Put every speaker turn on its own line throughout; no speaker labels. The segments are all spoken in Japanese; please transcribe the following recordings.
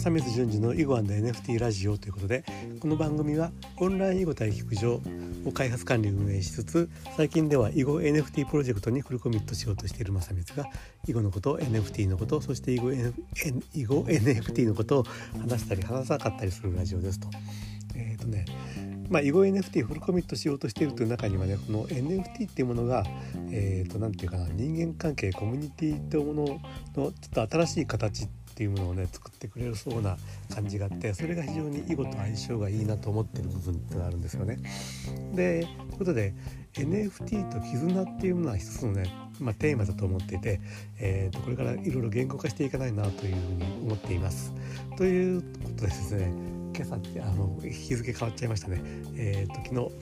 正光順次の囲碁 &NFT ラジオということで、この番組はオンライン囲碁対局場を開発管理運営しつつ、最近では囲碁 NFT プロジェクトにフルコミットしようとしている正光が囲碁のこと、 NFT のこと、そして囲碁 NFT のことを話したり話さなかったりするラジオですと。囲碁 NFT フルコミットしようとしているという中にはね、この NFT っていうものがなんていうかな、人間関係コミュニティというもののちょっと新しい形っていうものをね作ってくれるそうな感じがあって、それが非常に囲碁と相性がいいなと思っている部分ってのがあるんですよね。で、ということで NFT と絆っていうものは一つのね、テーマだと思っていて、これからいろいろ言語化していかないなというふうに思っています。ということでですね、今朝日付変わっちゃいましたね。昨日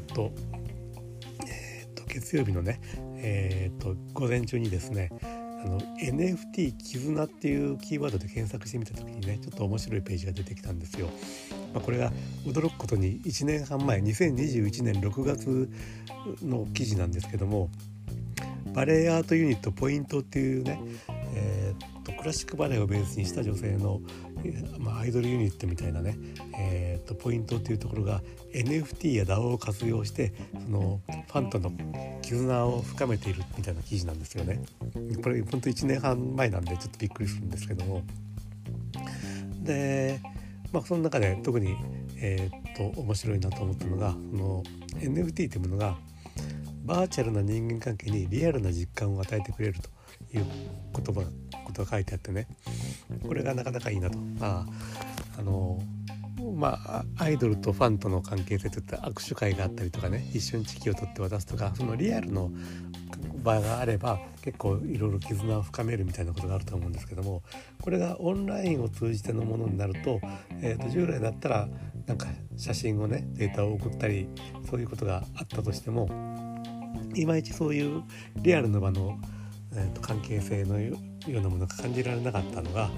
月曜日のね、午前中にですね、NFT 絆っていうキーワードで検索してみた時にね、ちょっと面白いページが出てきたんですよ。これが驚くことに1年半前、2021年6月の記事なんですけども、バレエアートユニットポイントっていうね、クラシックバレエをベースにした女性の、アイドルユニットみたいなね、ポイントっていうところが NFT や DAO を活用してそのファンとの絆を深めているみたいな記事なんですよね。これ本当1年半前なんでちょっとびっくりするんですけども、で、その中で特に、面白いなと思ったのが、その NFT というものがバーチャルな人間関係にリアルな実感を与えてくれるということが書いてあってね、これがなかなかいいなと。アイドルとファンとの関係性といった握手会があったりとかね、一緒にチキを取って渡すとか、そのリアルの場があれば結構いろいろ絆を深めるみたいなことがあると思うんですけども、これがオンラインを通じてのものになると、従来だったらなんか写真をね、データを送ったりそういうことがあったとしても、いまいちそういうリアルの場の、関係性のようなものが感じられなかったのが、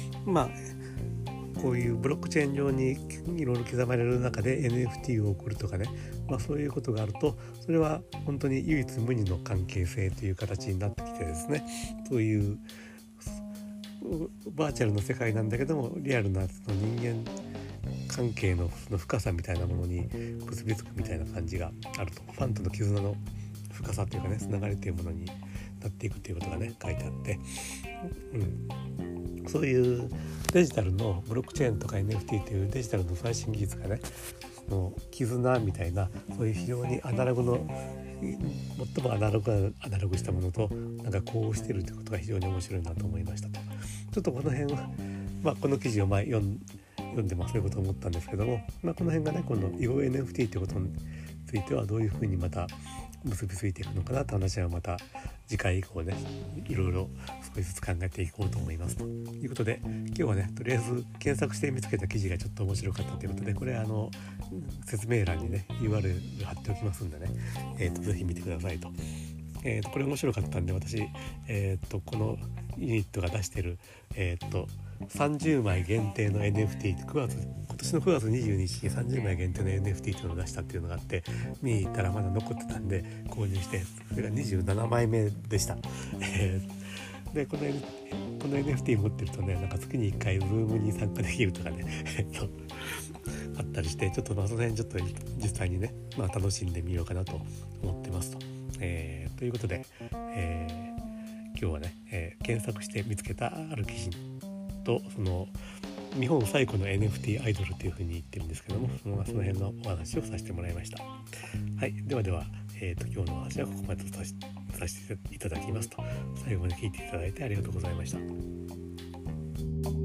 こういうブロックチェーン上にいろいろ刻まれる中で NFT を送るとかね、そういうことがあると、それは本当に唯一無二の関係性という形になってきてですね、そういうバーチャルの世界なんだけどもリアルなその人間関係のその深さみたいなものに結びつくみたいな感じがあると、ファンとの絆の深さというかね、つながりというものになっていくということがね書いてあって、そういうデジタルのブロックチェーンとか NFT というデジタルの最新技術がね、その絆みたいな、そういう非常にアナログの最もアナログしたものとなんかこうしているということが非常に面白いなと思いましたと。ちょっとこの辺は、この記事を読んでそういうことを思ったんですけども、この辺がね、この囲碁 NFT ということについてはどういうふうにまた結びついていくのかなと話はまた次回以降ね、いろいろ少しずつ考えていこうと思いますということで、今日はねとりあえず検索して見つけた記事がちょっと面白かったということで、これ説明欄にね URL 貼っておきますんでね、ぜひ見てくださいと。これ面白かったんで、私、このユニットが出してる30枚限定の NFT、今年の9月22日に30枚限定の NFT っていうのを出したっていうのがあって、見に行ったらまだ残ってたんで購入して、それが27枚目でした。でこの NFT 持ってるとね、なんか月に1回 Zoom に参加できるとかねあったりして、ちょっとその辺ちょっと実際にね、楽しんでみようかなと思ってますと。ということで、今日はね、検索して見つけたある記事と、その日本最古の NFT アイドルというふうに言ってるんですけども、その辺のお話をさせてもらいました。はい、では、今日のお話はここまでとさせていただきますと。最後まで聞いていただいてありがとうございました。